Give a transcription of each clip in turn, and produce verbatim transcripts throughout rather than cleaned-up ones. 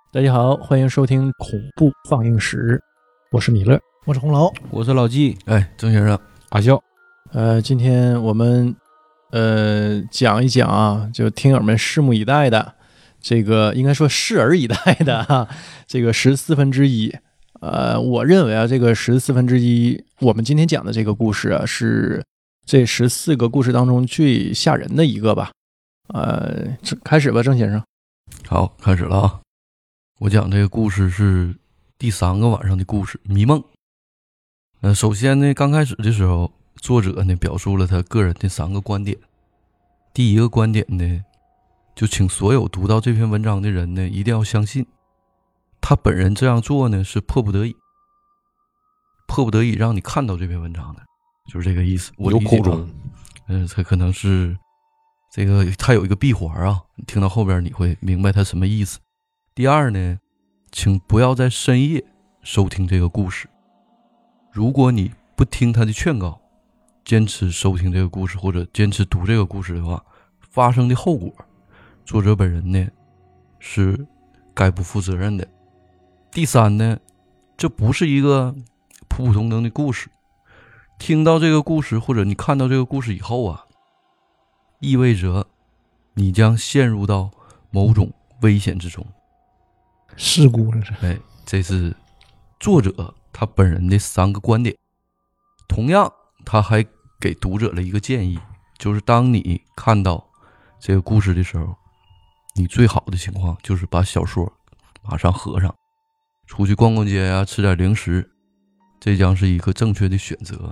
大家好，欢迎收听恐怖放映室，我是米勒， 我是红楼， 我是老纪，哎，郑先生， 阿笑。呃，今天我们呃讲一讲啊，就听友们拭目以待的这个，应该说拭而以待的啊，这个十四分之一。呃，我认为啊，这个十四分之一，我们今天讲的这个故事啊，是这十四个故事当中最吓人的一个吧。呃，开始吧，郑先生。 好，开始了啊。我讲这个故事是第三个晚上的故事，迷梦。呃，首先呢，刚开始的时候，作者呢表述了他个人的三个观点。第一个观点呢，就请所有读到这篇文章的人呢，一定要相信，他本人这样做呢是迫不得已，迫不得已让你看到这篇文章的，就是这个意思。我有苦衷， 嗯、呃，他可能是这个，他有一个闭环啊，你听到后边你会明白他什么意思。第二呢，请不要在深夜收听这个故事。如果你不听他的劝告，坚持收听这个故事或者坚持读这个故事的话，发生的后果，作者本人呢是该不负责任的。第三呢，这不是一个普普通通的故事。听到这个故事或者你看到这个故事以后啊，意味着你将陷入到某种危险之中。 事故了是。 哎，这是作者他本人的三个观点。同样，他还给读者了一个建议，就是当你看到这个故事的时候，你最好的情况就是把小说马上合上，出去逛逛街呀、啊，吃点零食，这将是一个正确的选择。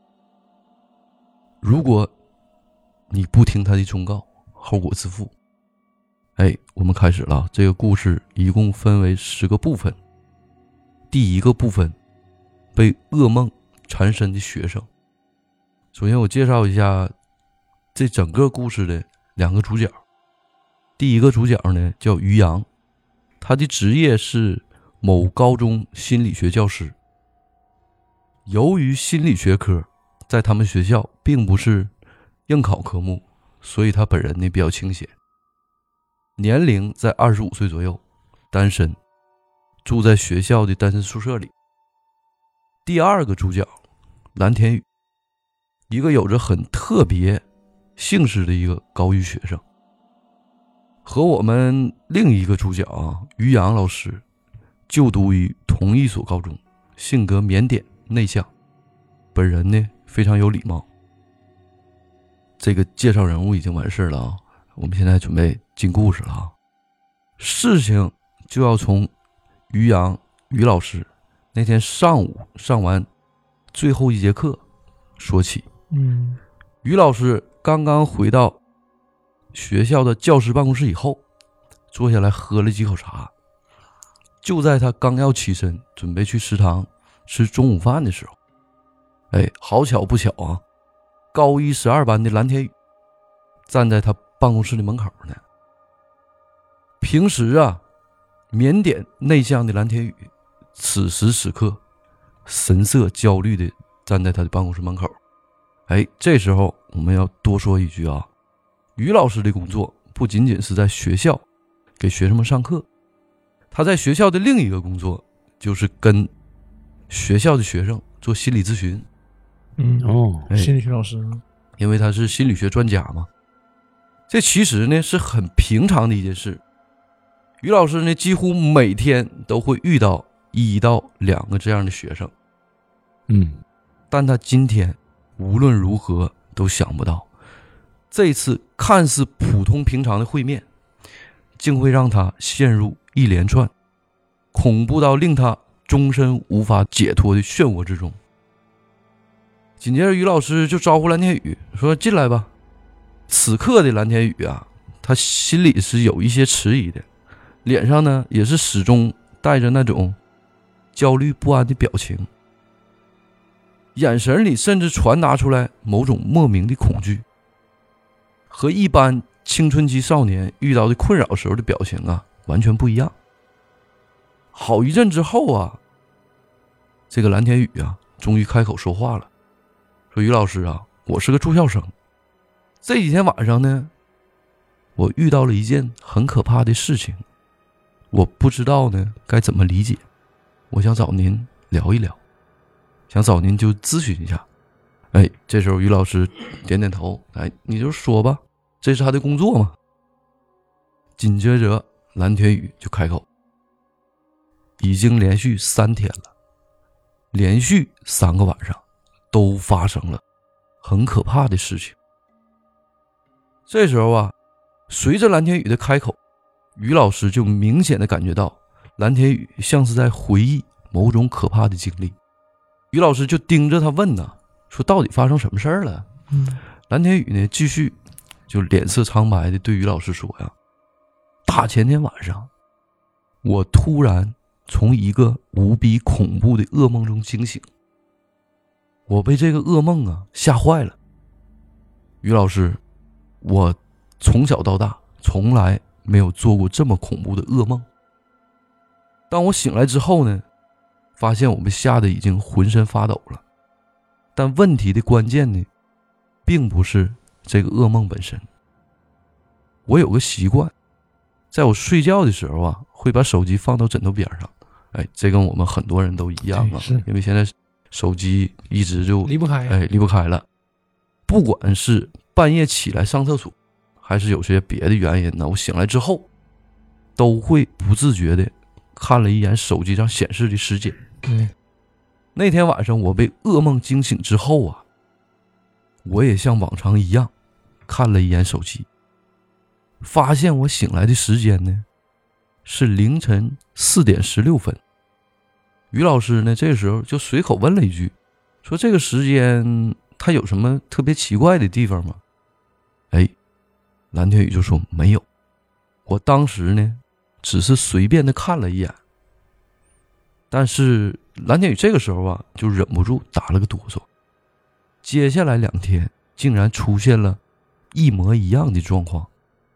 如果你不听他的忠告，后果自负。哎，我们开始了。这个故事一共分为十个部分。第一个部分，被噩梦缠身的学生。首先我介绍一下这整个故事的两个主角。第一个主角呢叫于洋，他的职业是某高中心理学教师。由于心理学科在他们学校并不是应考科目，所以他本人呢比较清闲。年龄在二十五岁左右，单身，住在学校的单身宿舍里。第二个主角蓝田宇，一个有着很特别姓氏的一个高一学生，和我们另一个主角啊于洋老师就读于同一所高中，性格腼腆内向，本人呢非常有礼貌。这个介绍人物已经完事了啊，我们现在准备进故事了啊。事情就要从于洋于老师那天上午上完最后一节课说起。 嗯， 于老师刚刚回到学校的教师办公室以后，坐下来喝了几口茶。就在他刚要起身准备去食堂吃中午饭的时候，哎，好巧不巧啊，高一十二班的蓝田宇站在他办公室的门口呢。平时啊腼腆内向的蓝田宇此时此刻神色焦虑地站在他的办公室门口。哎，这时候我们要多说一句啊，于老师的工作不仅仅是在学校给学生们上课，他在学校的另一个工作就是跟学校的学生做心理咨询。 嗯哦， 哎， 心理学老师， 因为他是心理学专家嘛。这其实呢是很平常的一件事。于老师呢几乎每天都会遇到一到两个这样的学生。 嗯， 但他今天无论如何都想不到，这次看似普通平常的会面，竟会让他陷入一连串恐怖到令他终身无法解脱的漩涡之中。紧接着于老师就招呼蓝田宇说，进来吧。此刻的蓝田宇啊，他心里是有一些迟疑的，脸上呢也是始终带着那种焦虑不安的表情，眼神里甚至传达出来某种莫名的恐惧，和一般青春期少年遇到的困扰时候的表情啊完全不一样。好一阵之后啊，这个蓝田宇啊终于开口说话了，说于老师啊，我是个住校生，这几天晚上呢，我遇到了一件很可怕的事情， 我不知道呢该怎么理解，我想找您聊一聊，想找您就咨询一下。哎，这时候于老师点点头，哎，你就说吧，这是他的工作嘛。紧接着蓝天宇就开口，已经连续三天了，连续三个晚上都发生了很可怕的事情。这时候啊，随着蓝天宇的开口，于老师就明显的感觉到蓝天宇像是在回忆某种可怕的经历。于老师就盯着他问呐、啊，说到底发生什么事儿了？ 嗯， 蓝天宇呢继续就脸色苍白的对于老师说呀，大前天晚上我突然从一个无比恐怖的噩梦中惊醒，我被这个噩梦啊吓坏了。于老师，我从小到大从来没有做过这么恐怖的噩梦。当我醒来之后呢，发现我被吓得已经浑身发抖了。但问题的关键呢，并不是这个噩梦本身。我有个习惯，在我睡觉的时候啊，会把手机放到枕头边上。哎，这跟我们很多人都一样啊，因为现在手机一直就离不开， 哎，离不开了。不管是半夜起来上厕所，还是有些别的原因呢，我醒来之后都会不自觉的看了一眼手机上显示的时间。 对， 那天晚上我被噩梦惊醒之后啊，我也像往常一样看了一眼手机，发现我醒来的时间呢是凌晨四点十六分。于老师呢这时候就随口问了一句，说这个时间他有什么特别奇怪的地方吗？哎，蓝天宇就说没有，我当时呢只是随便的看了一眼。但是蓝天宇这个时候啊就忍不住打了个哆嗦，接下来两天竟然出现了一模一样的状况。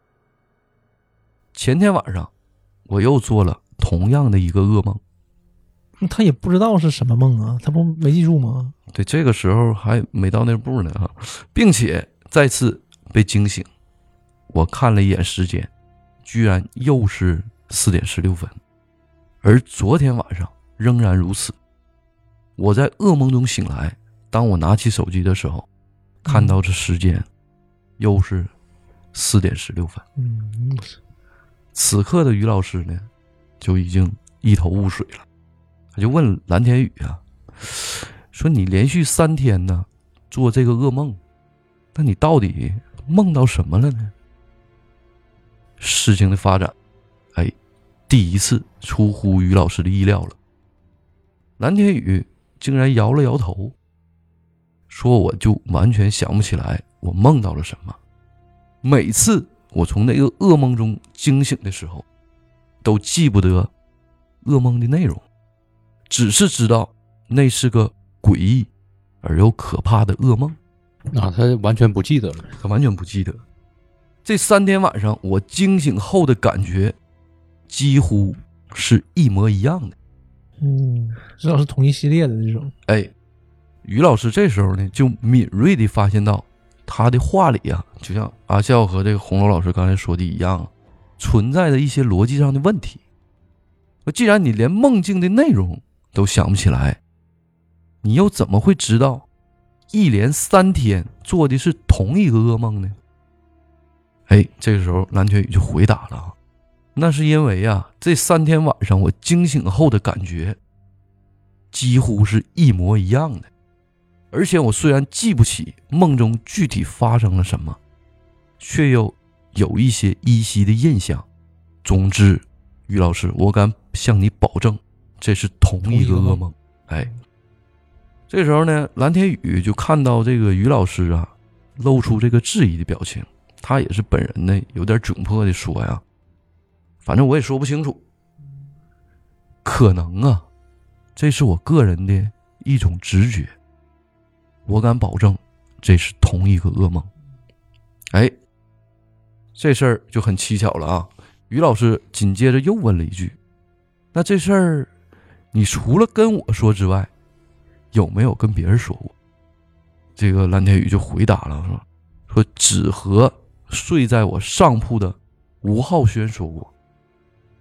前天晚上我又做了同样的一个噩梦， 他也不知道是什么梦啊，他不没记住吗？ 对，这个时候还没到那步呢啊，并且再次被惊醒。我看了一眼时间，居然又是四点十六分，而昨天晚上仍然如此。我在噩梦中醒来，当我拿起手机的时候，看到这时间又是四点十六分。 嗯， 此刻的于老师呢，就已经一头雾水了。他就问蓝天宇啊，说你连续三天呢做这个噩梦，那你到底梦到什么了呢？事情的发展，哎，第一次出乎于老师的意料了。蓝天宇竟然摇了摇头，说我就完全想不起来我梦到了什么。每次我从那个噩梦中惊醒的时候，都记不得噩梦的内容，只是知道那是个诡异而又可怕的噩梦。 啊，他完全不记得了， 他完全不记得。这三天晚上我惊醒后的感觉几乎是一模一样的。 嗯，至少是同一系列的这种。 哎，于老师这时候呢就敏锐地发现到他的话里啊，就像阿笑和这个红楼老师刚才说的一样，存在着一些逻辑上的问题。既然你连梦境的内容都想不起来，你又怎么会知道一连三天做的是同一个噩梦呢？哎，这个时候蓝天宇就回答了，那是因为啊，这三天晚上我惊醒后的感觉几乎是一模一样的，而且我虽然记不起梦中具体发生了什么，却又有一些依稀的印象。总之，于老师，我敢向你保证，这是同一个噩梦。哎，这时候呢，蓝天宇就看到这个于老师啊，露出这个质疑的表情，他也是本人呢有点窘迫的说呀，反正我也说不清楚，可能啊，这是我个人的一种直觉，我敢保证这是同一个噩梦。哎，这事儿就很蹊跷了啊。于老师紧接着又问了一句，那这事儿你除了跟我说之外，有没有跟别人说过？这个蓝天宇就回答了，说说只和睡在我上铺的吴浩轩说过。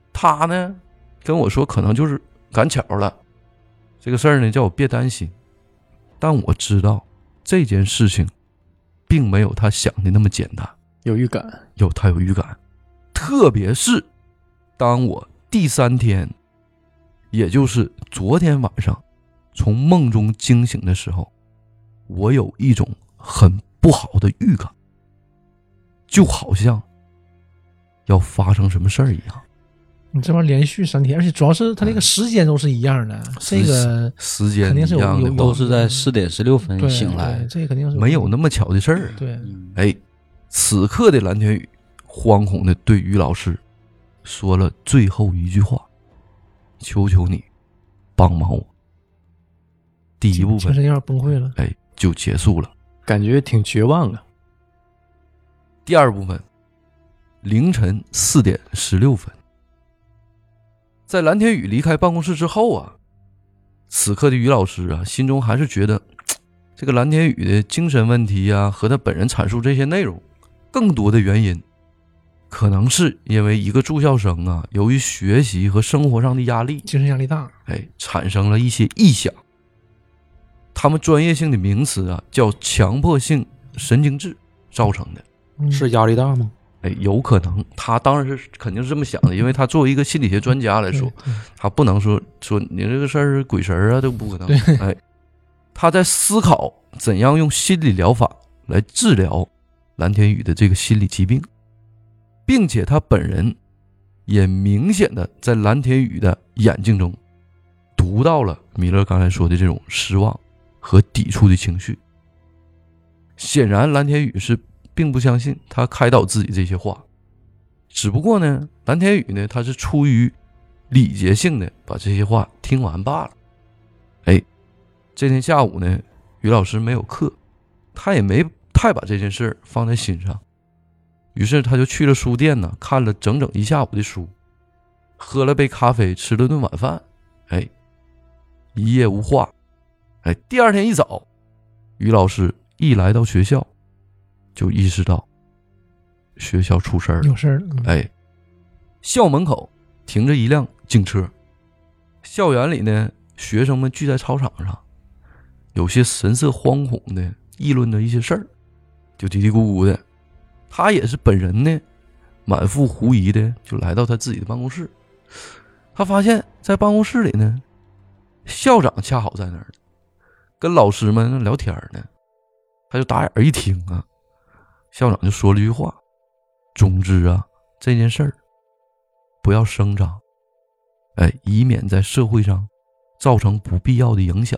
他呢跟我说可能就是赶巧了，这个事儿呢叫我别担心。但我知道这件事情并没有他想的那么简单， 有预感， 有他有预感。特别是当我第三天，也就是昨天晚上从梦中惊醒的时候，我有一种很不好的预感，就好像要发生什么事儿一样。 你这玩意儿连续三天，而且主要是它那个时间都是一样的，这个时间肯定是有有都是在四点十六分醒来， 这肯定是没有那么巧的事儿。 对， 哎，此刻的蓝天宇惶恐的对于老师说了最后一句话：“求求你，帮忙我。”第一部分精神有点崩溃了， 哎，就结束了， 感觉挺绝望啊。 第二部分，凌晨四点十六分，在蓝天宇离开办公室之后啊，此刻的于老师啊，心中还是觉得这个蓝天宇的精神问题啊，和他本人阐述这些内容，更多的原因，可能是因为一个住校生啊，由于学习和生活上的压力， 精神压力大， 哎，产生了一些臆想。他们专业性的名词啊，叫强迫性神经质造成的。 嗯、 是压力大吗？ 哎，有可能，他当然是肯定是这么想的，因为他作为一个心理学专家来说，他不能说说你这个事儿是鬼神啊，都不可能。哎，他在思考怎样用心理疗法来治疗蓝天宇的这个心理疾病，并且他本人也明显的在蓝天宇的眼睛中读到了米勒刚才说的这种失望和抵触的情绪。显然蓝天宇是并不相信他开导自己这些话，只不过呢，蓝天宇呢，他是出于礼节性的把这些话听完罢了。哎，这天下午呢，于老师没有课，他也没太把这件事放在心上，于是他就去了书店呢，看了整整一下午的书，喝了杯咖啡，吃了顿晚饭。哎，一夜无话。哎，第二天一早，于老师一来到学校，就意识到学校出事儿了， 有事儿、嗯。 哎，校门口停着一辆警车，校园里呢，学生们聚在操场上，有些神色惶恐的议论着一些事儿，就嘀嘀咕咕的。他也是本人呢，满腹狐疑的就来到他自己的办公室。他发现在办公室里呢，校长恰好在那儿跟老师们聊天呢。他就打眼一听啊，校长就说了一句话：总之啊，这件事儿不要声张，哎，以免在社会上造成不必要的影响。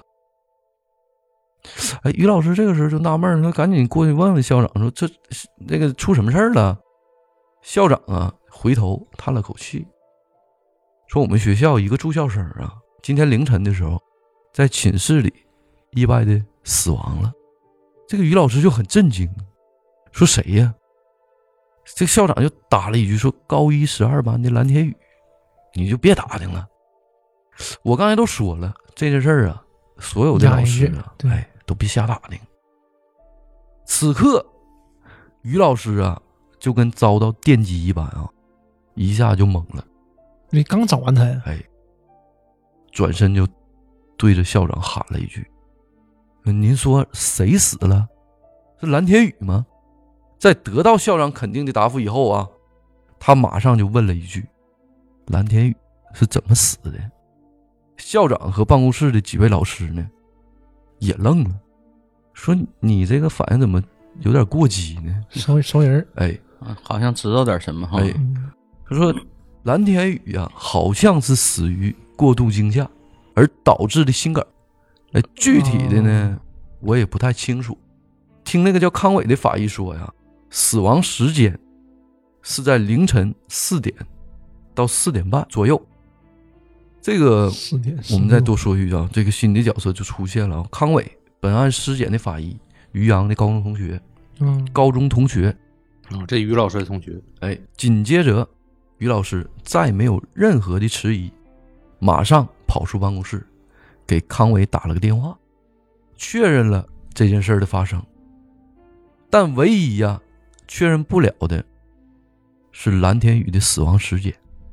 哎，于老师这个时候就纳闷，他赶紧过去问问校长说：“这那个出什么事儿了？”校长啊，回头叹了口气，说：“我们学校一个住校生啊，今天凌晨的时候，在寝室里意外的死亡了。”这个于老师就很震惊，说：“谁呀？”这个校长就打了一句说：“高一十二班的蓝天宇，你就别打听了。我刚才都说了，这件事儿啊，所有的老师啊，哎，都别瞎打听。”此刻，于老师啊，就跟遭到电击一般啊，一下就懵了。 因为刚找完他呀， 哎，转身就对着校长喊了一句：“您说谁死了？是蓝天宇吗？”在得到校长肯定的答复以后啊，他马上就问了一句：“蓝天宇是怎么死的？”校长和办公室的几位老师呢，也愣了，说：“你这个反应怎么有点过激呢？” 熟熟人， 哎， 好像知道点什么哈。 哎，他说蓝天宇啊，好像是死于过度惊吓而导致的心梗。哎，具体的呢，我也不太清楚。听那个叫康伟的法医说呀，死亡时间是在凌晨四点到四点半左右。这个四点， 我们再多说一句啊，这个新的角色就出现了。康伟本案尸检的法医，于洋的高中同学， 嗯， 高中同学， 嗯，这于老师的同学， 哎，紧接着于老师再没有任何的迟疑，马上跑出办公室，给康伟打了个电话，确认了这件事的发生。但唯一呀、啊，确认不了的是蓝天宇的死亡时间。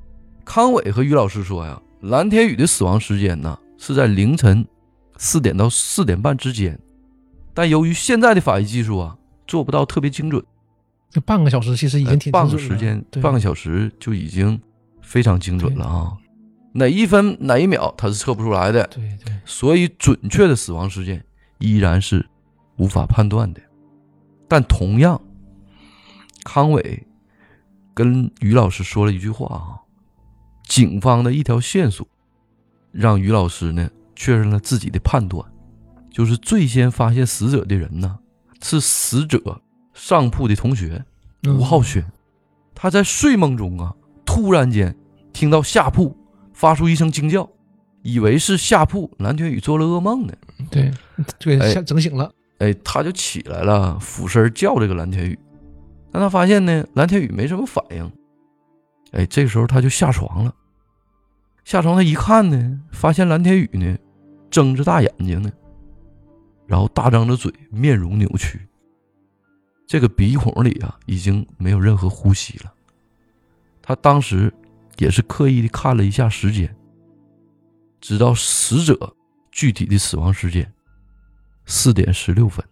康伟和于老师说呀，蓝天宇的死亡时间呢是在凌晨四点到四点半之间，但由于现在的法医技术啊做不到特别精准， 这半个小时其实已经挺半个时间半个小时就已经非常精准了啊，哪一分哪一秒他是测不出来的， 对对， 所以准确的死亡时间依然是无法判断的。但同样，康伟跟于老师说了一句话啊，警方的一条线索让于老师呢确认了自己的判断，就是最先发现死者的人呢是死者上铺的同学吴浩轩、嗯、他在睡梦中啊突然间听到下铺发出一声惊叫，以为是下铺蓝天宇做了噩梦呢， 对，就给整醒了。 哎，他就起来了，俯身叫这个蓝天宇，但他发现呢，蓝天宇没什么反应。哎，这个时候他就下床了，下床他一看呢，发现蓝天宇呢睁着大眼睛呢，然后大张着嘴，面容扭曲，这个鼻孔里啊已经没有任何呼吸了。他当时也是刻意的看了一下时间，直到死者具体的死亡时间四点十六分。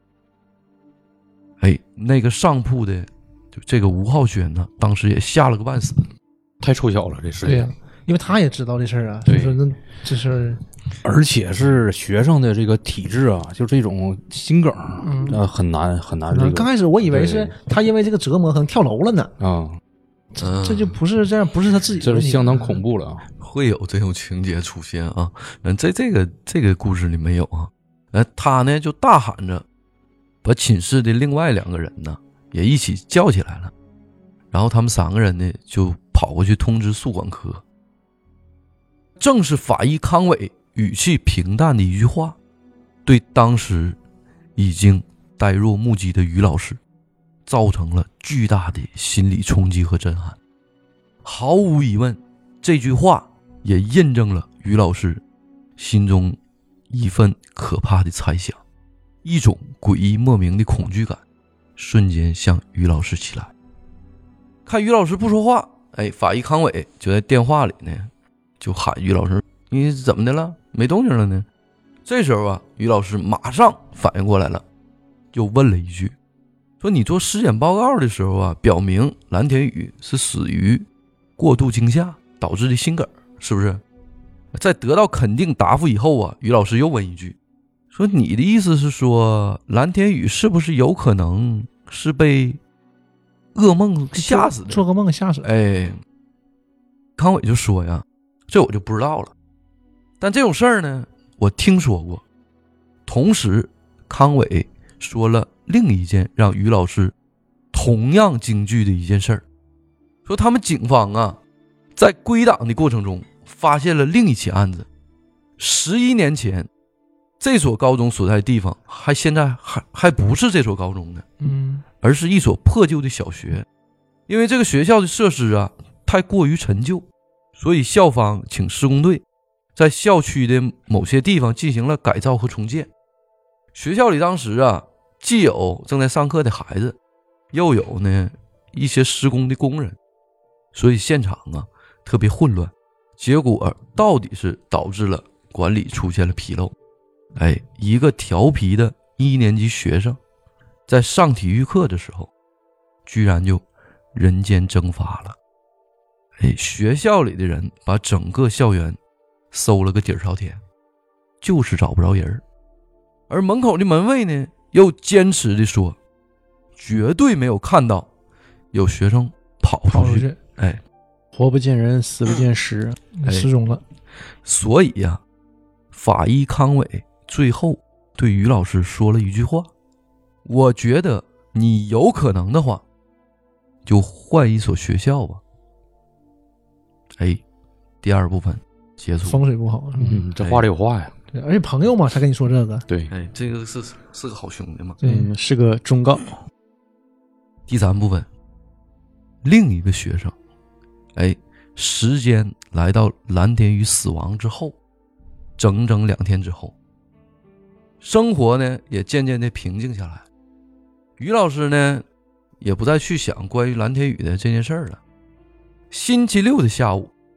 哎，那个上铺的就这个吴浩轩呢，当时也吓了个半死， 太凑巧了这事。 对呀、啊，因为他也知道这事儿啊，就是那这事儿， 而且是学生的这个体质啊，就这种心梗，嗯，呃，很难很难、这个。 刚开始我以为是他因为这个折磨可能跳楼了呢， 啊、 嗯，这就不是这样，不是他自己的， 这是相当恐怖了啊， 会有这种情节出现啊。嗯，在这个这个故事里没有啊。呃，他呢就大喊着，把寝室的另外两个人呢也一起叫起来了，然后他们三个人呢就跑过去通知宿管科。正是法医康伟语气平淡的一句话，对当时已经呆若木鸡的于老师造成了巨大的心理冲击和震撼。毫无疑问，这句话也印证了于老师心中一份可怕的猜想，一种诡异莫名的恐惧感瞬间向于老师起来。看于老师不说话，哎，法医康伟就在电话里呢就喊于老师，你怎么的了？没动静了呢？这时候啊，于老师马上反应过来了，又问了一句，说你做尸检报告的时候啊，表明蓝天宇是死于过度惊吓导致的心梗，是不是？在得到肯定答复以后啊，于老师又问一句，说你的意思是说蓝天宇是不是有可能是被噩梦吓死的？ 做个梦吓死的。 哎，康伟就说呀，这我就不知道了，但这种事儿呢我听说过。同时康伟说了另一件让于老师同样惊惧的一件事儿，说他们警方啊在归档的过程中发现了另一起案子。十一年前这所高中所在的地方还现在还还不是这所高中呢， 嗯， 而是一所破旧的小学。因为这个学校的设施啊太过于陈旧，所以校方请施工队在校区的某些地方进行了改造和重建。学校里当时啊既有正在上课的孩子，又有呢一些施工的工人，所以现场啊特别混乱，结果到底是导致了管理出现了纰漏。哎，一个调皮的一年级学生在上体育课的时候居然就人间蒸发了。哎，学校里的人把整个校园搜了个底儿朝天，就是找不着人。而门口的门卫呢又坚持的说绝对没有看到有学生跑出去。哎， 活不见人死不见尸， 哎、失踪了。 所以呀、啊，法医康伟最后对于老师说了一句话，我觉得你有可能的话就换一所学校吧。哎，第二部分结束。 风水不好， 嗯，这话里有话呀。 对，而且朋友嘛才跟你说这个。 对， 哎，这个是是个好兄弟嘛。 嗯，是个忠告。 第三部分，另一个学生，哎，时间来到蓝天宇死亡之后，整整两天之后，生活呢也渐渐的平静下来。于老师呢也不再去想关于蓝天宇的这件事儿了。星期六的下午，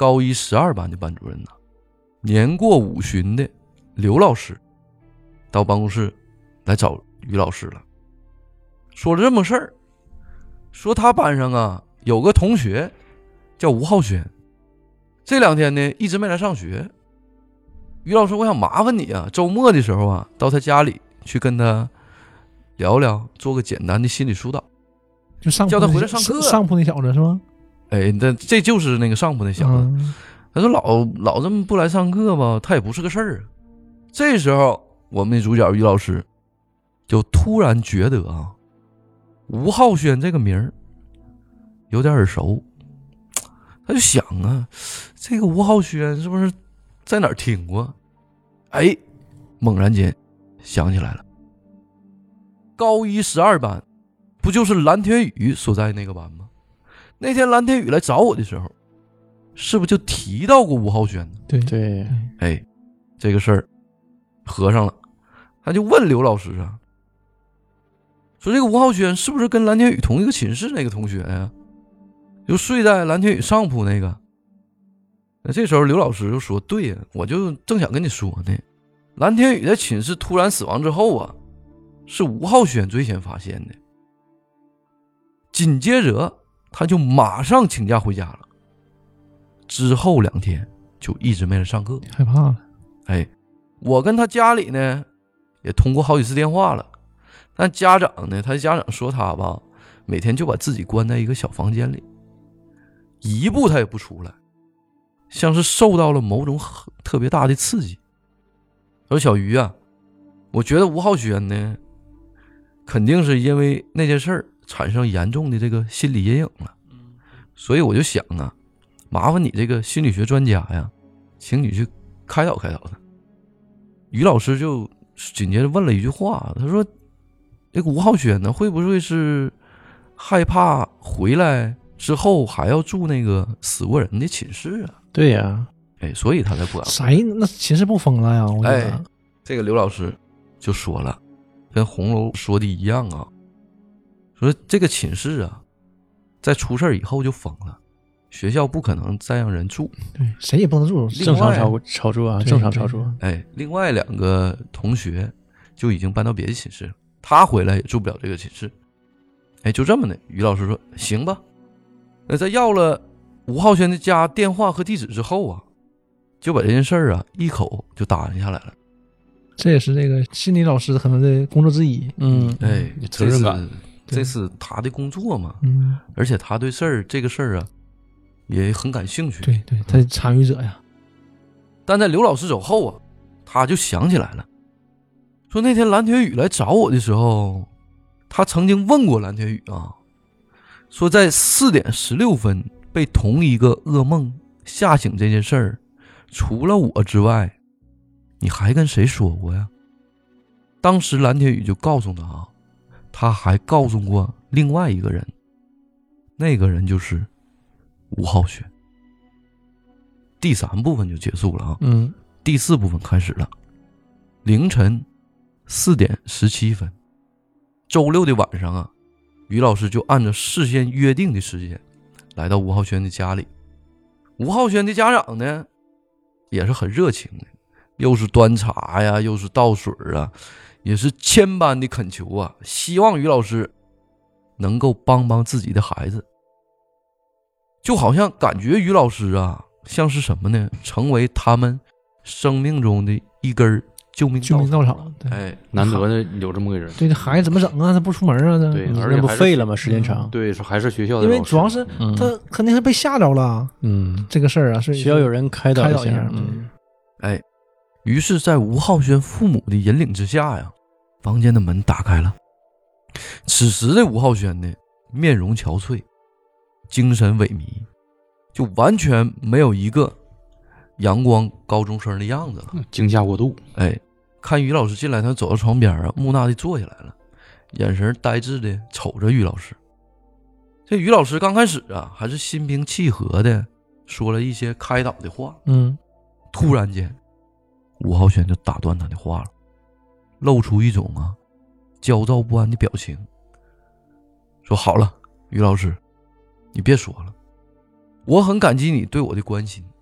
高一十二班的班主任呢，年过五旬的刘老师到办公室来找于老师了，说了这么事儿，说他班上啊有个同学叫吴浩轩，这两天呢一直没来上学。于老师，我想麻烦你啊，周末的时候啊，到他家里去跟他聊聊，做个简单的心理疏导， 就上铺叫他回来上课。 上铺那小子是吗？ 哎，那这就是那个上铺那小子。 嗯、 他说老老这么不来上课吧，他也不是个事儿啊。这时候，我们的主角于老师就突然觉得啊，吴浩轩这个名儿有点耳熟，他就想啊，这个吴浩轩是不是在哪儿听过？哎，猛然间想起来了，高一十二班不就是蓝天宇所在那个班吗？那天蓝天宇来找我的时候，是不是就提到过吴浩轩呢？ 对对， 哎，这个事儿合上了，他就问刘老师啊，说这个吴浩轩是不是跟蓝天宇同一个寝室那个同学呀？就睡在蓝天宇上铺那个。那这时候刘老师就说，对呀，我就正想跟你说呢，蓝天宇在寝室突然死亡之后啊，是吴浩轩最先发现的，紧接着他就马上请假回家了，之后两天就一直没来上课， 害怕了。 哎，我跟他家里呢也通过好几次电话了，但家长呢，他家长说他吧，每天就把自己关在一个小房间里，一步他也不出来，像是受到了某种特别大的刺激。而小鱼啊，我觉得吴浩轩呢，肯定是因为那件事儿产生严重的这个心理阴影了，所以我就想啊，麻烦你这个心理学专家呀，请你去开导开导他。于老师就紧接着问了一句话，他说这个吴浩轩呢，会不会是害怕回来之后还要住那个死过人的寝室啊？ 对呀、啊， 哎，所以他才不敢。 谁那寝室不疯了呀？我觉得、 哎，这个刘老师就说了，跟红楼说的一样啊，说这个寝室啊，在出事以后就封了，学校不可能再让人住， 对，谁也不能住， 正常操操作啊，正常操作。 哎，另外两个同学就已经搬到别的寝室了，他回来也住不了这个寝室。哎，就这么的，于老师说行吧。那在要了吴浩轩的家电话和地址之后啊，就把这件事儿啊一口就答应下来了。 这也是这个心理老师可能的工作之一。 嗯， 哎， 责任感， 这是他的工作嘛。 嗯， 而且他对事儿这个事儿啊也很感兴趣。 对对，他是参与者呀。 但在刘老师走后啊，他就想起来了，说那天蓝天宇来找我的时候，他曾经问过蓝天宇啊，说在四点十六分被同一个噩梦吓醒这件事儿，除了我之外，你还跟谁说过呀？当时蓝天宇就告诉他啊，他还告诉过另外一个人，那个人就是吴浩轩。第三部分就结束了啊， 嗯， 第四部分开始了。凌晨四点十七分，周六的晚上啊，于老师就按照事先约定的时间来到吴浩轩的家里。吴浩轩的家长呢也是很热情的，又是端茶呀，又是倒水啊，也是千般的恳求啊，希望于老师能够帮帮自己的孩子。就好像感觉于老师啊像是什么呢，成为他们生命中的一根救命救命稻草。对， 哎， 难得的有这么个人。 对，这孩子怎么整啊？他不出门啊？这对， 嗯而且还是那不废了吗？时间长。 对，是还是学校的因老师， 为主要是嗯他肯定是被吓着了。 嗯， 这个事儿啊，是需要有人开导开导一下下。嗯， 哎，于是，在吴浩轩父母的引领之下呀，房间的门打开了。此时的吴浩轩呢，面容憔悴，精神萎靡，就完全没有一个阳光高中生的样子了。 惊吓过度。 哎，看于老师进来，他走到床边啊，木讷地坐下来了，眼神呆滞地瞅着于老师。这于老师刚开始啊，还是心平气和的说了一些开导的话。 嗯， 突然间，吴浩轩就打断他的话了，露出一种啊焦躁不安的表情，说：“好了，于老师，你别说了，我很感激你对我的关心，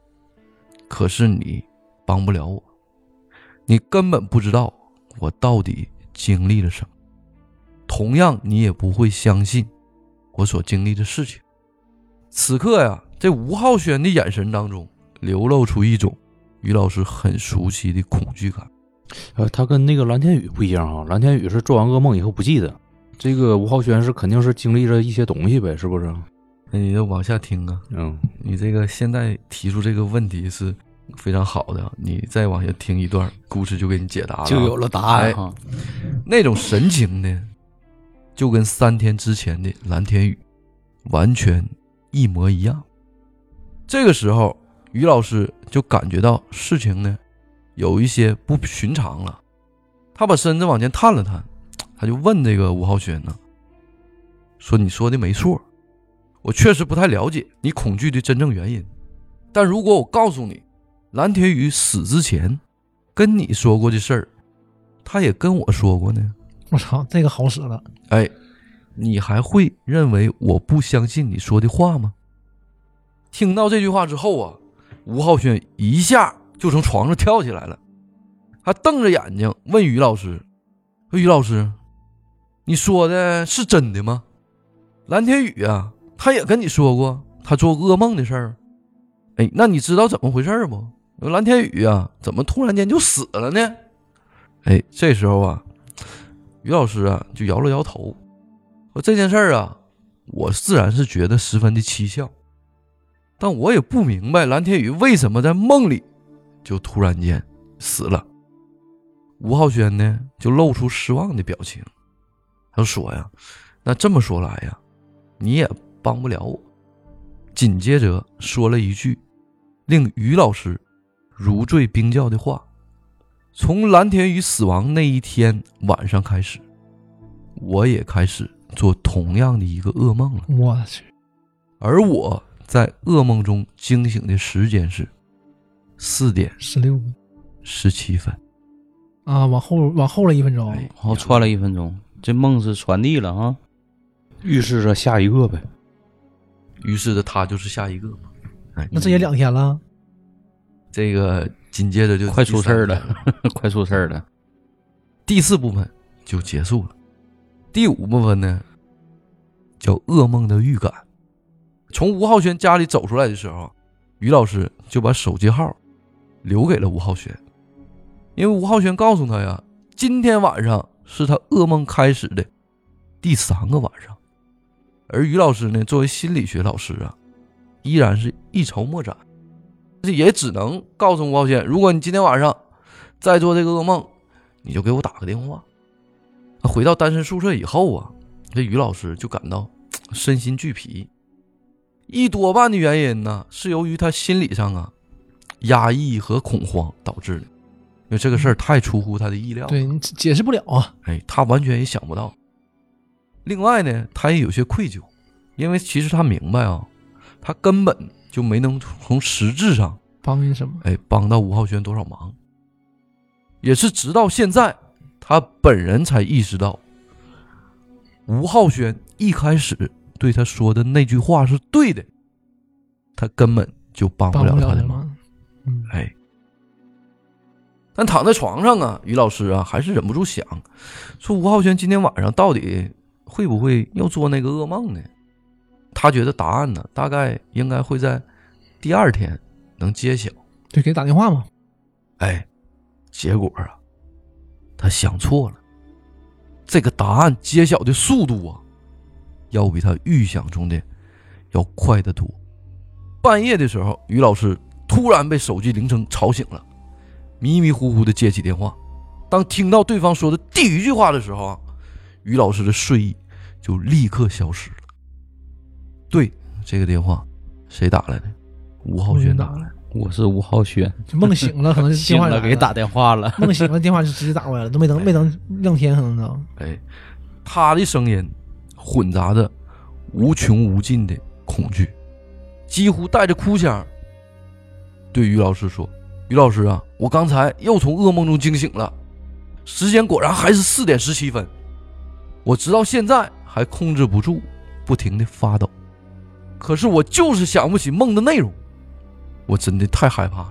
可是你帮不了我，你根本不知道我到底经历了什么，同样你也不会相信我所经历的事情。此刻呀，这吴浩轩的眼神当中流露出一种于老师很熟悉的恐惧感。 呃，他跟那个蓝天宇不一样啊，蓝天宇是做完噩梦以后不记得，这个吴浩轩是肯定是经历了一些东西呗，是不是？ 那你就往下听啊。 嗯， 你这个现在提出这个问题是非常好的，你再往下听一段，故事就给你解答了， 就有了答案哈、 哎。那种神情呢，就跟三天之前的蓝天宇完全一模一样。这个时候，于老师就感觉到事情呢有一些不寻常了，他把身子往前探了探，他就问这个吴浩轩呢，说：“你说的没错，我确实不太了解你恐惧的真正原因，但如果我告诉你，蓝天宇死之前跟你说过的事儿，他也跟我说过呢。” 我操，这个好使了。 哎，你还会认为我不相信你说的话吗？听到这句话之后啊，吴浩轩一下就从床上跳起来了，他瞪着眼睛问于老师：“于老师，你说的是真的吗？蓝天宇啊，他也跟你说过他做噩梦的事儿。哎，那你知道怎么回事不？蓝天宇啊，怎么突然间就死了呢？”哎，这时候啊，于老师啊就摇了摇头，说：“这件事儿啊，我自然是觉得十分的蹊跷，但我也不明白蓝天宇为什么在梦里就突然间死了。”吴浩轩呢就露出失望的表情，他说呀：“那这么说来呀，你也帮不了我。”紧接着说了一句令于老师如坠冰窖的话：“从蓝天宇死亡那一天晚上开始，我也开始做同样的一个噩梦了。 我去， 而我在噩梦中惊醒的时间是四点十六十七分啊，往后往后了一分钟， 然后传了一分钟，这梦是传递了啊， 预示着下一个呗。 于是的他就是下一个嘛。哎， 那这也两天了。 这个紧接着就快出事儿了，快出事儿了。 第四部分就结束了。第五部分呢，叫噩梦的预感。从吴浩轩家里走出来的时候，于老师就把手机号留给了吴浩轩，因为吴浩轩告诉他呀，今天晚上是他噩梦开始的第三个晚上。而于老师呢，作为心理学老师啊，依然是一筹莫展，也只能告诉吴浩轩，如果你今天晚上再做这个噩梦，你就给我打个电话。回到单身宿舍以后啊，这于老师就感到身心俱疲，一多半的原因呢是由于他心理上啊压抑和恐慌导致的，因为这个事儿太出乎他的意料了， 对，你解释不了啊。 哎，他完全也想不到。另外呢，他也有些愧疚，因为其实他明白啊，他根本就没能从实质上帮你什么， 哎，帮到吴浩轩多少忙。也是直到现在，他本人才意识到，吴浩轩一开始对他说的那句话是对的，他根本就帮不了他的忙。 嗯， 哎，但躺在床上啊，于老师啊还是忍不住想，说吴浩轩今天晚上到底会不会要做那个噩梦呢？他觉得答案呢，大概应该会在第二天能揭晓。 对，给他打电话嘛。 哎，结果啊，他想错了，这个答案揭晓的速度啊，要比他预想中的要快得多。半夜的时候，于老师突然被手机铃声吵醒了，迷迷糊糊的接起电话。当听到对方说的第一句话的时候啊，于老师的睡意就立刻消失了。对，这个电话谁打来的？吴浩轩打来的。 我是吴浩轩， 梦醒了，可能就电话了给打电话了， 梦醒了，电话就直接打过来了，都没等没等亮天，可能都。 哎，他的声音混杂着无穷无尽的恐惧，几乎带着哭腔，对于老师说：“于老师啊，我刚才又从噩梦中惊醒了，时间果然还是四点十七分，我直到现在还控制不住，不停地发抖。可是我就是想不起梦的内容，我真的太害怕了。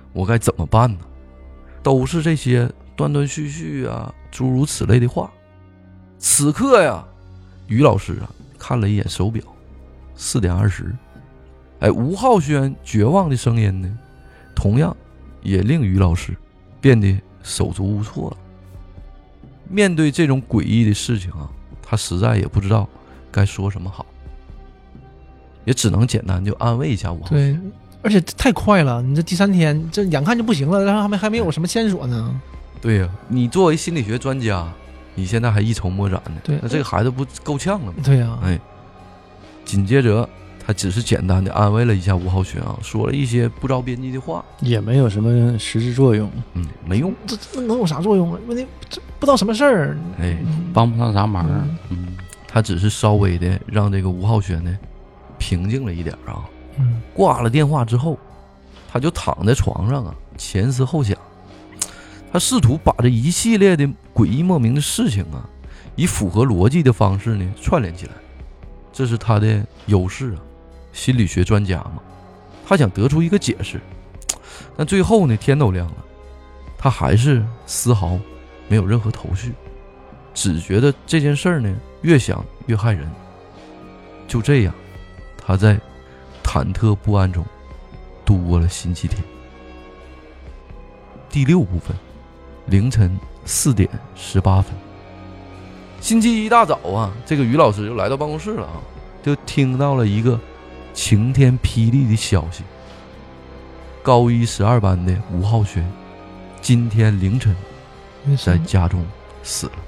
我该怎么办呢？都是这些断断续续啊，诸如此类的话。此刻呀，于老师啊看了一眼手表，四点二十。哎，吴浩轩绝望的声音呢，同样也令于老师变得手足无措了。面对这种诡异的事情啊，他实在也不知道该说什么好，也只能简单就安慰一下吴浩轩。 对，而且太快了，你这第三天这眼看就不行了，然后还没还没有什么线索呢。 对呀、啊，你作为心理学专家，你现在还一筹莫展呢。 对， 那这个孩子不够呛了吗？ 对呀、啊， 哎，紧接着他只是简单的安慰了一下吴浩轩啊，说了一些不着边际的话， 也没有什么实质作用。 嗯，没用。 这这能有啥作用啊？问题这不知道什么事儿， 哎， 帮不上啥忙。 嗯， 嗯， 他只是稍微的让这个吴浩轩呢平静了一点啊。 嗯， 挂了电话之后，他就躺在床上啊，前思后想，他试图把这一系列的诡异莫名的事情啊，以符合逻辑的方式呢串联起来，这是他的优势啊。心理学专家嘛，他想得出一个解释，但最后呢，天都亮了，他还是丝毫没有任何头绪，只觉得这件事儿呢越想越害人。就这样，他在忐忑不安中度过了星期天。第六部分，凌晨四点十八分，星期一大早啊，这个于老师就来到办公室了啊，就听到了一个晴天霹雳的消息：高一十二班的吴浩轩今天凌晨在家中死了。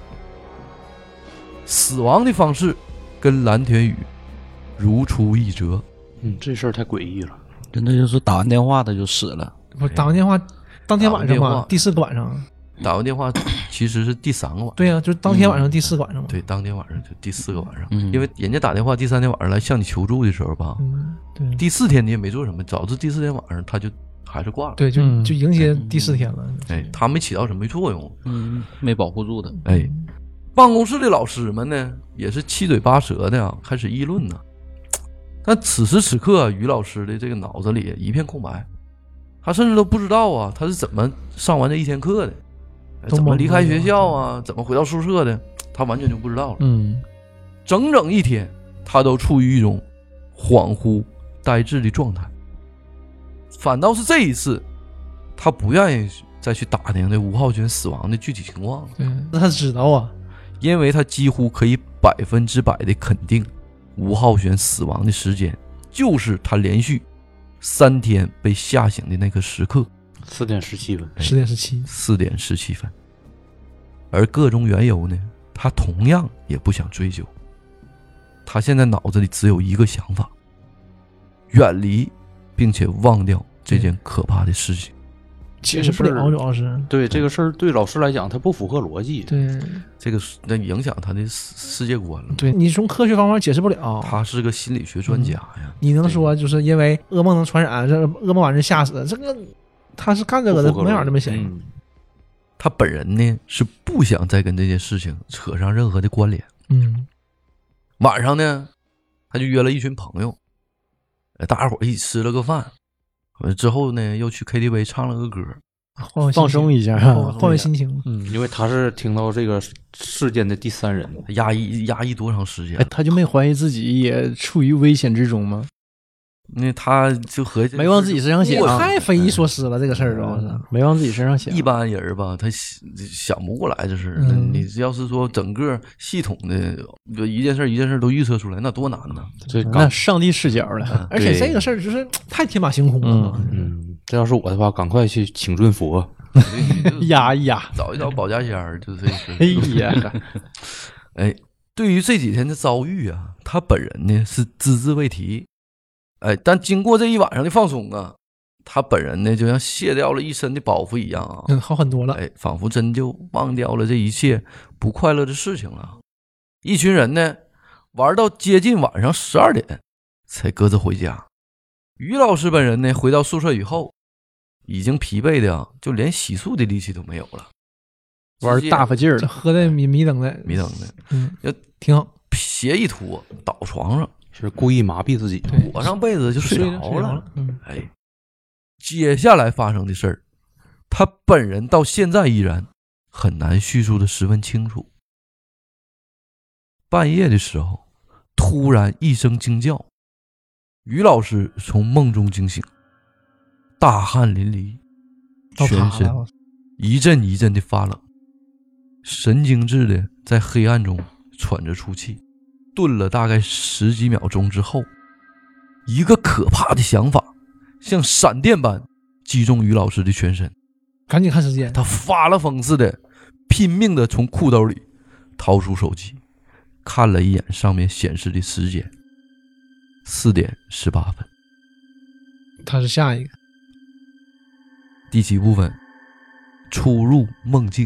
死亡的方式跟蓝田雨如出一辙。 嗯，这事儿太诡异了， 真的就是打完电话他就死了。 不是打完电话，当天晚上打完电话， 嘛第四个晚上。 打完电话其实是第三个晚上。 对呀、啊，就是当天晚上第四个晚上嘛。 对，当天晚上就第四个晚上。 嗯， 因为人家打电话第三天晚上来向你求助的时候吧， 嗯，对。 第四天你也没做什么，导致第四天晚上他就还是挂了。 对，就、 嗯、 就迎接第四天了。 哎，他没起到什么作用。 嗯，没保护住的。 哎，办公室的老师们呢，也是七嘴八舌的啊，开始议论呢。但此时此刻，于老师的这个脑子里一片空白，他甚至都不知道啊，他是怎么上完这一天课的，怎么离开学校啊，怎么回到宿舍的，他完全就不知道了。 嗯， 整整一天，他都处于一种恍惚呆滞的状态。反倒是这一次，他不愿意再去打听这吴浩轩死亡的具体情况了。 对，那他知道啊， 因为他几乎可以百分之百的肯定，吴浩轩死亡的时间就是他连续三天被吓醒的那个时刻， 四点十七分， 十点十七， 四点十七分。而个中缘由呢，他同样也不想追究。他现在脑子里只有一个想法：远离并且忘掉这件可怕的事情。 解释不了，主要是对这个事儿对老师来讲，它不符合逻辑。 对， 这个那影响他的世界观了。 对，你从科学方法解释不了。 他是个心理学专家呀， 嗯、你能说就是因为噩梦能传染，这噩梦完人吓死，这个他是干这个的，没法这么想。 嗯、 他本人呢是不想再跟这件事情扯上任何的关联。 嗯， 晚上呢，他就约了一群朋友，大家伙一起吃了个饭。之后呢，又去 K T V 唱了个歌， 放松一下， 换换心情。 嗯，因为他是听到这个事件的第三人， 压抑压抑多长时间？ 哎，他就没怀疑自己也处于危险之中吗？ 那他就合计没往自己身上想， 太匪夷所思了，这个事儿主要是没往自己身上想。 一般人吧，他想不过来这事。嗯、你要是说整个系统的就一件事一件事都预测出来，那多难呢？ 这那上帝视角了， 嗯、而且这个事儿就是太天马行空了。 嗯，嗯这要是我的话，赶快去请尊佛， 压一压， 找一找保家仙儿，就这事。 哎呀， 哎，对于这几天的遭遇啊，他本人呢是只字未提。哎，但经过这一晚上的放松啊，他本人呢就像卸掉了一身的包袱一样啊， 嗯，好很多了。 哎，仿佛真就忘掉了这一切不快乐的事情了。一群人呢玩到接近晚上十二点才各自回家。于老师本人呢回到宿舍以后，已经疲惫的啊，就连洗漱的力气都没有了， 玩大发劲儿了， 喝的迷迷瞪的， 迷瞪的， 嗯， 要挺好。 鞋一脱倒床上。 是故意麻痹自己， 裹上被子就睡着了。 嗯， 哎， 接下来发生的事儿，他本人到现在依然很难叙述的十分清楚。半夜的时候，突然一声惊叫，于老师从梦中惊醒，大汗淋漓，全身一阵一阵的发冷，神经质的在黑暗中喘着粗气，顿了大概十几秒钟之后，一个可怕的想法像闪电般击中于老师的全身， 赶紧看时间， 他发了疯似的拼命的从裤兜里掏出手机，看了一眼上面显示的时间，四点十八分。 他是下一个。 第七部分，初入梦境。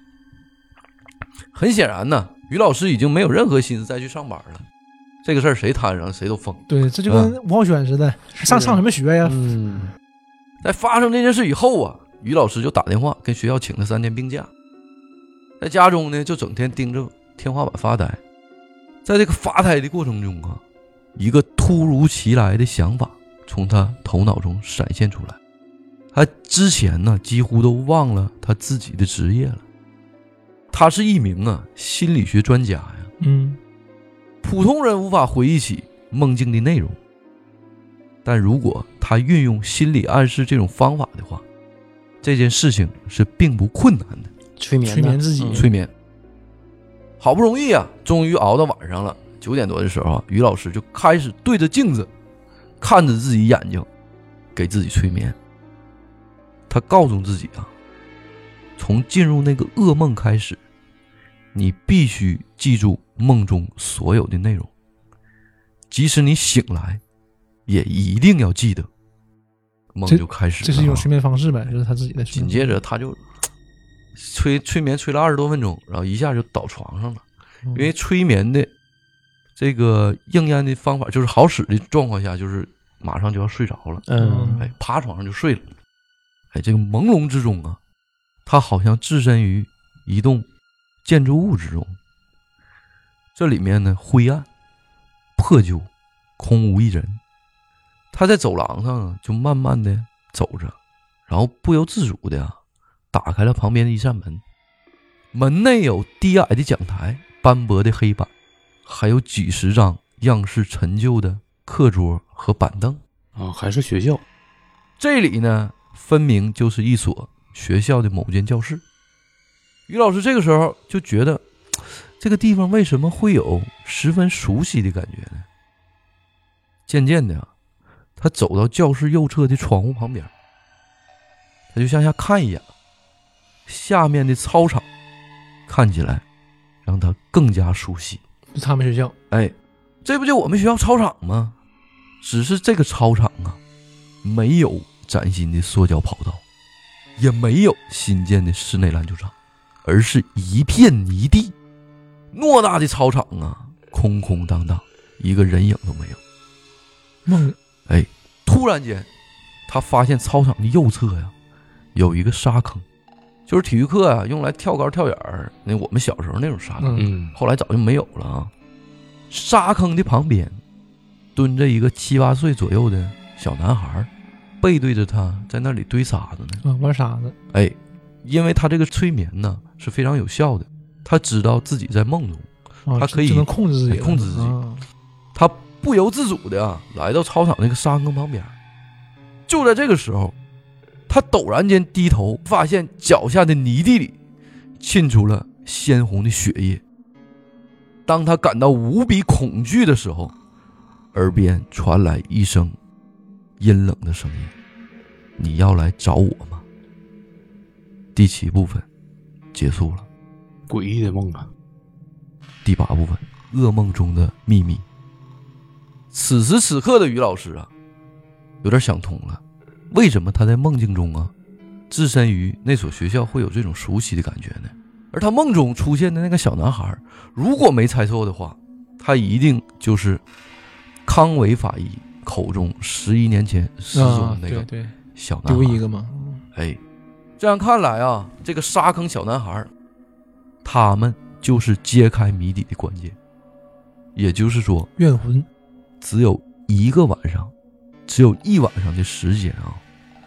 很显然呢，于老师已经没有任何心思再去上班了，这个事儿谁摊上谁都疯。 对，这就跟吴浩轩似的，嗯、上上什么学呀？ 嗯， 在发生这件事以后啊，于老师就打电话跟学校请了三天病假，在家中呢就整天盯着天花板发呆。在这个发呆的过程中啊，一个突如其来的想法从他头脑中闪现出来。他之前呢几乎都忘了他自己的职业了，他是一名啊心理学专家呀。 嗯， 普通人无法回忆起梦境的内容，但如果他运用心理暗示这种方法的话，这件事情是并不困难的。 催眠催眠自己、 嗯、 催眠。好不容易啊，终于熬到晚上了，九点多的时候啊，于老师就开始对着镜子看着自己眼睛，给自己催眠。他告诉自己啊，从进入那个噩梦开始，你必须记住梦中所有的内容，即使你醒来也一定要记得。梦就开始了， 这是一种催眠方式呗，就是他自己的。 紧接着他就催催眠催了二十多分钟，然后一下就倒床上了。因为催眠的这个应验的方法就是好使的状况下，就是马上就要睡着了。 嗯， 哎，趴床上就睡了。哎，这个朦胧之中啊，他好像置身于一栋建筑物之中。这里面呢灰暗、破旧、空无一人。他在走廊上啊，就慢慢的走着，然后不由自主的啊，打开了旁边的一扇门。门内有低矮的讲台、斑驳的黑板，还有几十张样式陈旧的课桌和板凳啊，还是学校。 这里呢，分明就是一所学校的某间教室。于老师这个时候就觉得，这个地方为什么会有十分熟悉的感觉呢？渐渐的啊，他走到教室右侧的窗户旁边，他就向下看一眼，下面的操场看起来让他更加熟悉。 是他们学校。 哎，这不就我们学校操场吗？只是这个操场啊，没有崭新的塑胶跑道，也没有新建的室内篮球场，而是一片泥地。偌大的操场啊，空空荡荡，一个人影都没有。 梦， 哎，突然间他发现操场的右侧呀有一个沙坑，就是体育课啊用来跳高跳远那我们小时候那种沙坑， 嗯， 后来早就没有了啊。沙坑的旁边蹲着一个七八岁左右的小男孩，背对着他在那里堆沙子呢。 啊，玩沙子。 哎，因为他这个催眠呢是非常有效的，他知道自己在梦中， 啊、 他可以就能控制自己， 控制自己。 啊、 他不由自主的啊来到操场那个沙坑旁边。就在这个时候，他陡然间低头，发现脚下的泥地里沁出了鲜红的血液。当他感到无比恐惧的时候，耳边传来一声阴冷的声音：“你要来找我吗？”第七部分结束了。 诡异的梦啊。 第八部分，噩梦中的秘密。此时此刻的于老师啊，有点想通了，为什么他在梦境中啊，置身于那所学校会有这种熟悉的感觉呢？而他梦中出现的那个小男孩，如果没猜错的话，他一定就是康维法医口中十一年前失踪的那个小男孩。 丢、啊、一个吗？ 哎，这样看来啊，这个沙坑小男孩，他们就是揭开谜底的关键。也就是说， 怨魂只有一个晚上，只有一晚上的时间啊，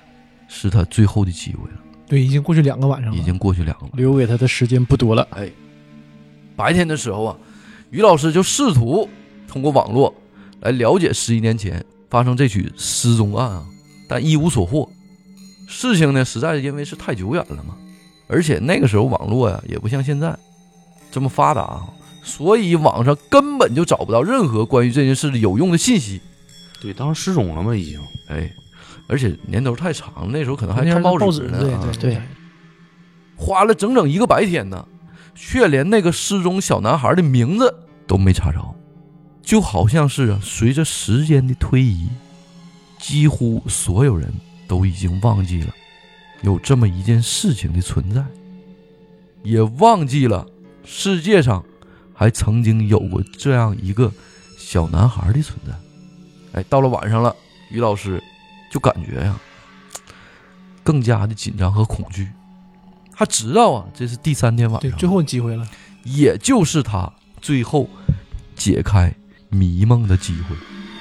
是他最后的机会了。 对，已经过去两个晚上了， 已经过去两个晚上， 留给他的时间不多了。 哎，白天的时候啊，于老师就试图通过网络来了解十一年前发生这起失踪案啊，但一无所获。事情呢，实在是因为是太久远了嘛，而且那个时候网络呀、啊、也不像现在这么发达啊，所以网上根本就找不到任何关于这件事的有用的信息。 对，当时失踪了嘛，已经。 哎，而且年头太长了，那时候可能还看报纸呢。 对对对对， 花了整整一个白天呢，却连那个失踪小男孩的名字都没查着，就好像是啊，随着时间的推移，几乎所有人都已经忘记了有这么一件事情的存在，也忘记了世界上还曾经有过这样一个小男孩的存在。哎，到了晚上了，于老师就感觉呀、啊，更加的紧张和恐惧。他知道啊，这是第三天晚上， 对，最后机会了， 也就是他最后解开迷梦的机会。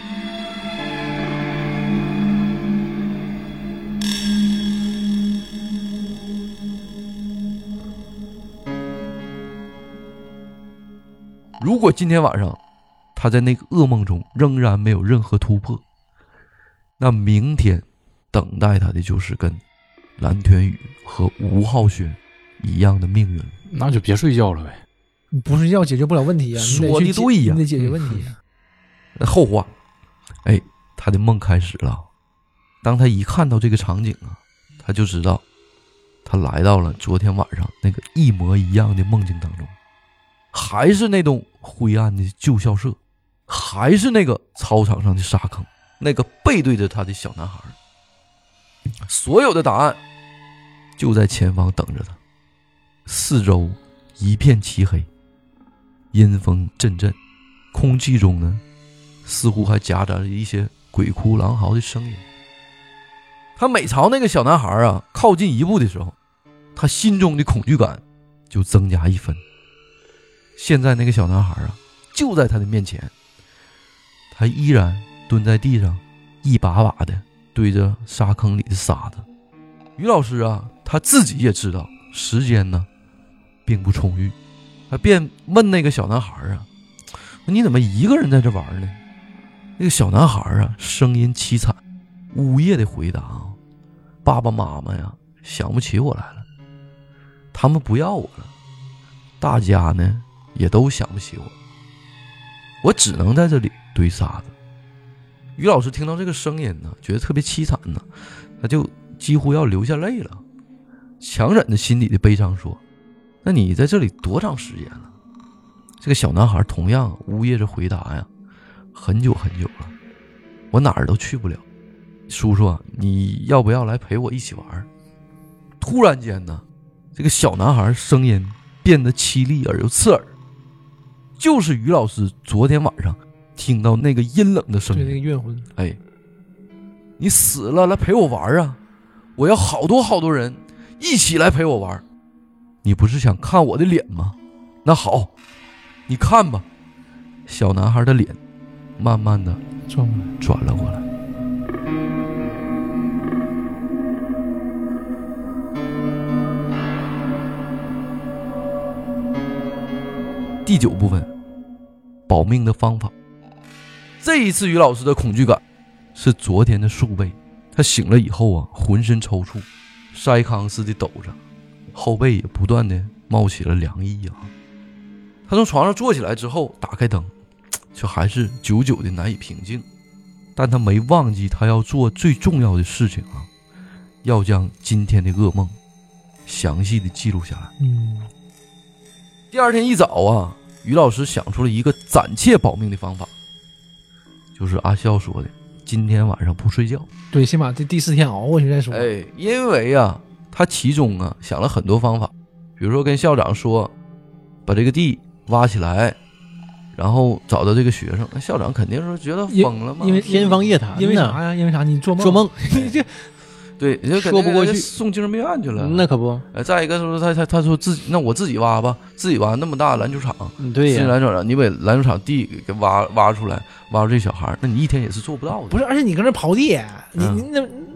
如果今天晚上他在那个噩梦中仍然没有任何突破，那明天等待他的就是跟蓝天宇和吴浩轩一样的命运了。 那就别睡觉了呗， 你不睡觉解决不了问题呀、啊， 说的对呀， 你得解决问题呀、 啊。后话，哎，他的梦开始了。当他一看到这个场景啊，他就知道他来到了昨天晚上那个一模一样的梦境当中，还是那栋灰暗的旧校舍，还是那个操场上的沙坑，那个背对着他的小男孩。所有的答案就在前方等着他。四周一片漆黑，阴风阵阵，空气中呢似乎还夹杂着一些鬼哭狼嚎的声音。他每朝那个小男孩啊靠近一步的时候，他心中的恐惧感就增加一分。现在那个小男孩啊就在他的面前，他依然蹲在地上，一把把的对着沙坑里的沙子。于老师啊他自己也知道时间呢并不充裕，他便问那个小男孩啊，你怎么一个人在这玩呢？那个小男孩啊声音凄惨呜咽的回答啊，爸爸妈妈呀想不起我来了，他们不要我了，大家呢也都想不起我，我只能在这里堆沙子。于老师听到这个声音呢，觉得特别凄惨呢，他就几乎要流下泪了，强忍着心里的悲伤说，那你在这里多长时间了？这个小男孩同样呜咽着回答呀，很久很久了，我哪儿都去不了，叔叔啊，你要不要来陪我一起玩？突然间呢，这个小男孩声音变得凄厉而又刺耳，就是于老师昨天晚上听到那个阴冷的声音， 对，那个怨魂。 哎，你死了来陪我玩啊，我要好多好多人一起来陪我玩，你不是想看我的脸吗？那好，你看吧。小男孩的脸慢慢的转过来， 转了过来。第九部分，保命的方法。这一次于老师的恐惧感是昨天的数倍。他醒了以后啊，浑身抽搐，筛糠似的抖着，后背也不断的冒起了凉意啊。他从床上坐起来之后，打开灯，却还是久久的难以平静。但他没忘记他要做最重要的事情啊，要将今天的噩梦详细的记录下来。 嗯， 第二天一早啊，于老师想出了一个暂且保命的方法，就是阿笑说的，今天晚上不睡觉。 对，先把这第四天熬过去再说。 哎，因为啊，他其中啊想了很多方法，比如说跟校长说，把这个地挖起来，然后找到这个学生，那校长肯定是觉得疯了嘛， 因为天方夜谭呢， 因为啥呀？因为啥？你做梦， 做梦， 你这对，就说不过去， 送精神病院去了。 那可不。 哎，再一个说他他他说自己，那我自己挖吧，自己挖那么大篮球场， 对呀， 篮球场，你把篮球场地给挖挖出来，挖出这小孩，那你一天也是做不到的。 不是，而且你搁那刨地，你你那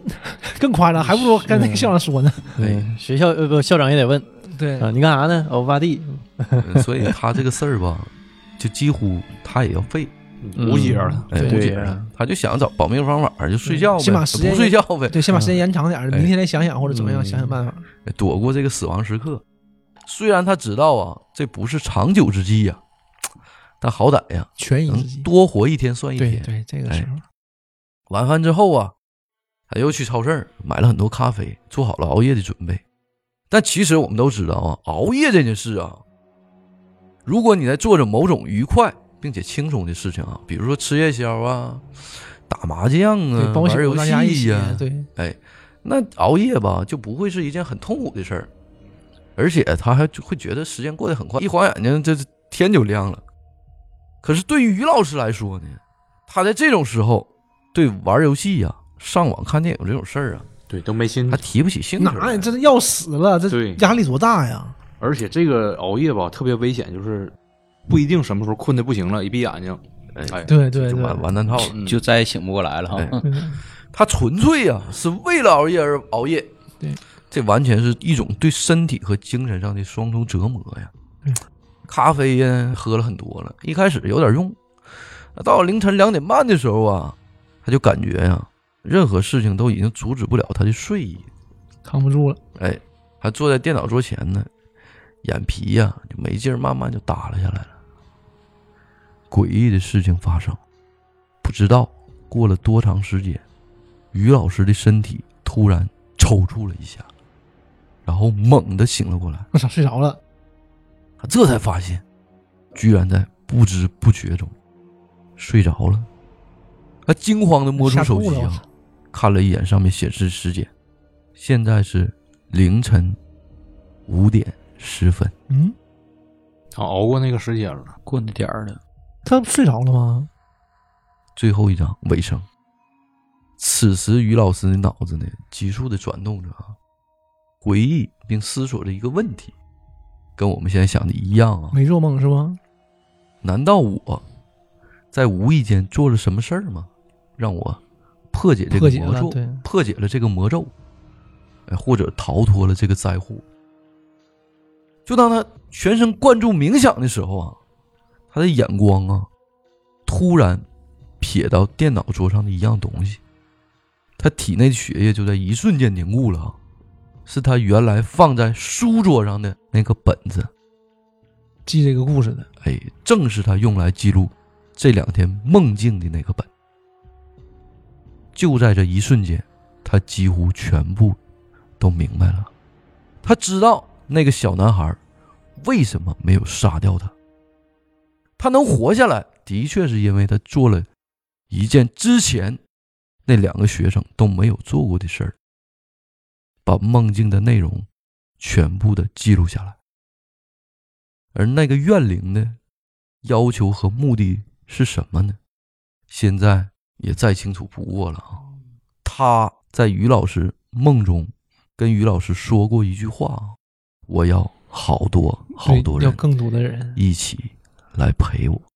更夸张，还不如跟那个校长说呢。 对，学校呃不，校长也得问对啊，你干啥呢？我挖地。 嗯所以他这个事儿吧，就几乎他也要废， 无解了。 哎， 对无解了，他就想找保命方法，就睡觉呗， 先把时间不睡觉呗， 对，先把时间延长点儿， 哎明天再想想或者怎么样， 嗯想想办法。 躲过这个死亡时刻。虽然他知道啊，这不是长久之计呀、但好歹呀，能权宜之计。 多活一天算一天。 对对，这个时候晚饭之后啊，他又去超市买了很多咖啡，做好了熬夜的准备。但其实我们都知道啊，熬夜这件事啊，如果你在做着某种愉快并且轻松的事情啊，比如说吃夜宵啊、打麻将啊、 对，包玩游宿大家一起戏呀、 对， 哎，那熬夜吧就不会是一件很痛苦的事儿，而且他还会觉得时间过得很快，一晃眼睛这天就亮了。可是对于于老师来说呢，他在这种时候对玩游戏呀、上网看电影这种事儿啊， 对，都没心他。提不起兴趣来。 哪呀，这是要死了，这对压力多大呀！ 而且这个熬夜吧，特别危险，就是不一定什么时候困得不行了，一闭眼睛， 哎， 哎， 对对对， 就完完蛋套了。 嗯就再也醒不过来了哈。 哎对对他纯粹呀、是为了熬夜而熬夜， 对， 这完全是一种对身体和精神上的双重折磨呀。 嗯咖啡呀喝了很多了，一开始有点用，到了凌晨两点半的时候啊，他就感觉呀，任何事情都已经阻止不了他的睡意。 扛不住了。 哎，还坐在电脑桌前呢，眼皮呀就没劲儿，慢慢就耷拉下来了。诡异的事情发生，不知道过了多长时间，于老师的身体突然抽搐了一下，然后猛地醒了过来。 我操，睡着了。 他这才发现，居然在不知不觉中睡着了。他惊慌地摸出手机啊，看了一眼上面显示时间，现在是凌晨五点十分。 嗯， 他熬过那个时间了。 过那点儿了， 他睡着了吗？ 最后一章尾声。此时于老师的脑子呢急速的转动着啊，回忆并思索着一个问题，跟我们现在想的一样啊。 没做梦是吗？ 难道我在无意间做了什么事儿吗？让我破解这破解个魔咒， 了对破解了这个魔咒，哎，或者逃脱了这个灾祸。就当他全神贯注冥想的时候啊，他的眼光啊，突然瞥到电脑桌上的一样东西，他体内的血液就在一瞬间凝固了啊，是他原来放在书桌上的那个本子。 记这个故事的。 哎，正是他用来记录这两天梦境的那个本。就在这一瞬间，他几乎全部都明白了。他知道那个小男孩为什么没有杀掉他。他能活下来，的确是因为他做了一件之前那两个学生都没有做过的事儿，把梦境的内容全部的记录下来。而那个怨灵的要求和目的是什么呢？现在也再清楚不过了啊！他在于老师梦中跟于老师说过一句话：我要好多好多人， 要更多的人一起来陪我。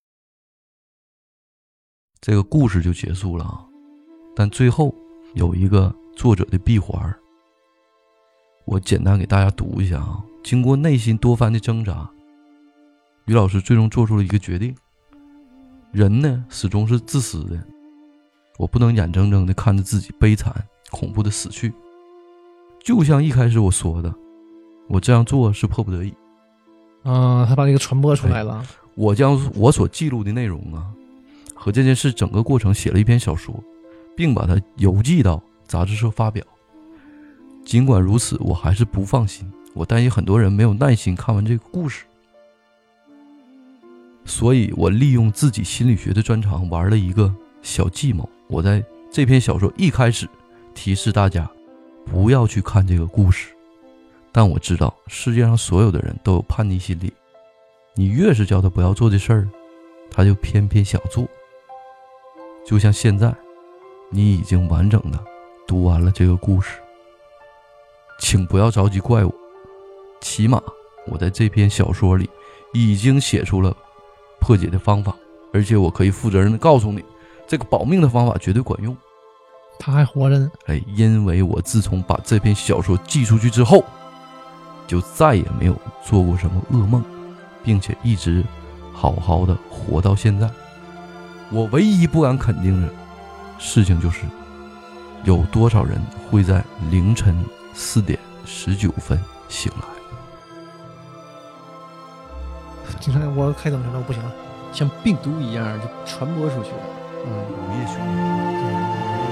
这个故事就结束了啊！但最后有一个作者的闭环，我简单给大家读一下啊。经过内心多番的挣扎，于老师最终做出了一个决定：人呢，始终是自私的，我不能眼睁睁地看着自己悲惨恐怖的死去。就像一开始我说的，我这样做是迫不得已。 啊，他把这个传播出来了。 我将我所记录的内容啊，和这件事整个过程写了一篇小说，并把它邮寄到杂志社发表。尽管如此，我还是不放心，我担心很多人没有耐心看完这个故事，所以我利用自己心理学的专长玩了一个小计谋。我在这篇小说一开始提示大家不要去看这个故事，但我知道世界上所有的人都有叛逆心理，你越是叫他不要做的事儿，他就偏偏想做。就像现在你已经完整的读完了这个故事，请不要着急怪我，起码我在这篇小说里已经写出了破解的方法，而且我可以负责任的告诉你，这个保命的方法绝对管用。 他还活着呢。 哎，因为我自从把这篇小说寄出去之后，就再也没有做过什么噩梦，并且一直好好的活到现在。我唯一不敢肯定的事情就是，有多少人会在凌晨四点十九分醒来。 经常我开灯去了，我不行了。 像病毒一样就传播出去了。嗯， 午夜凶铃。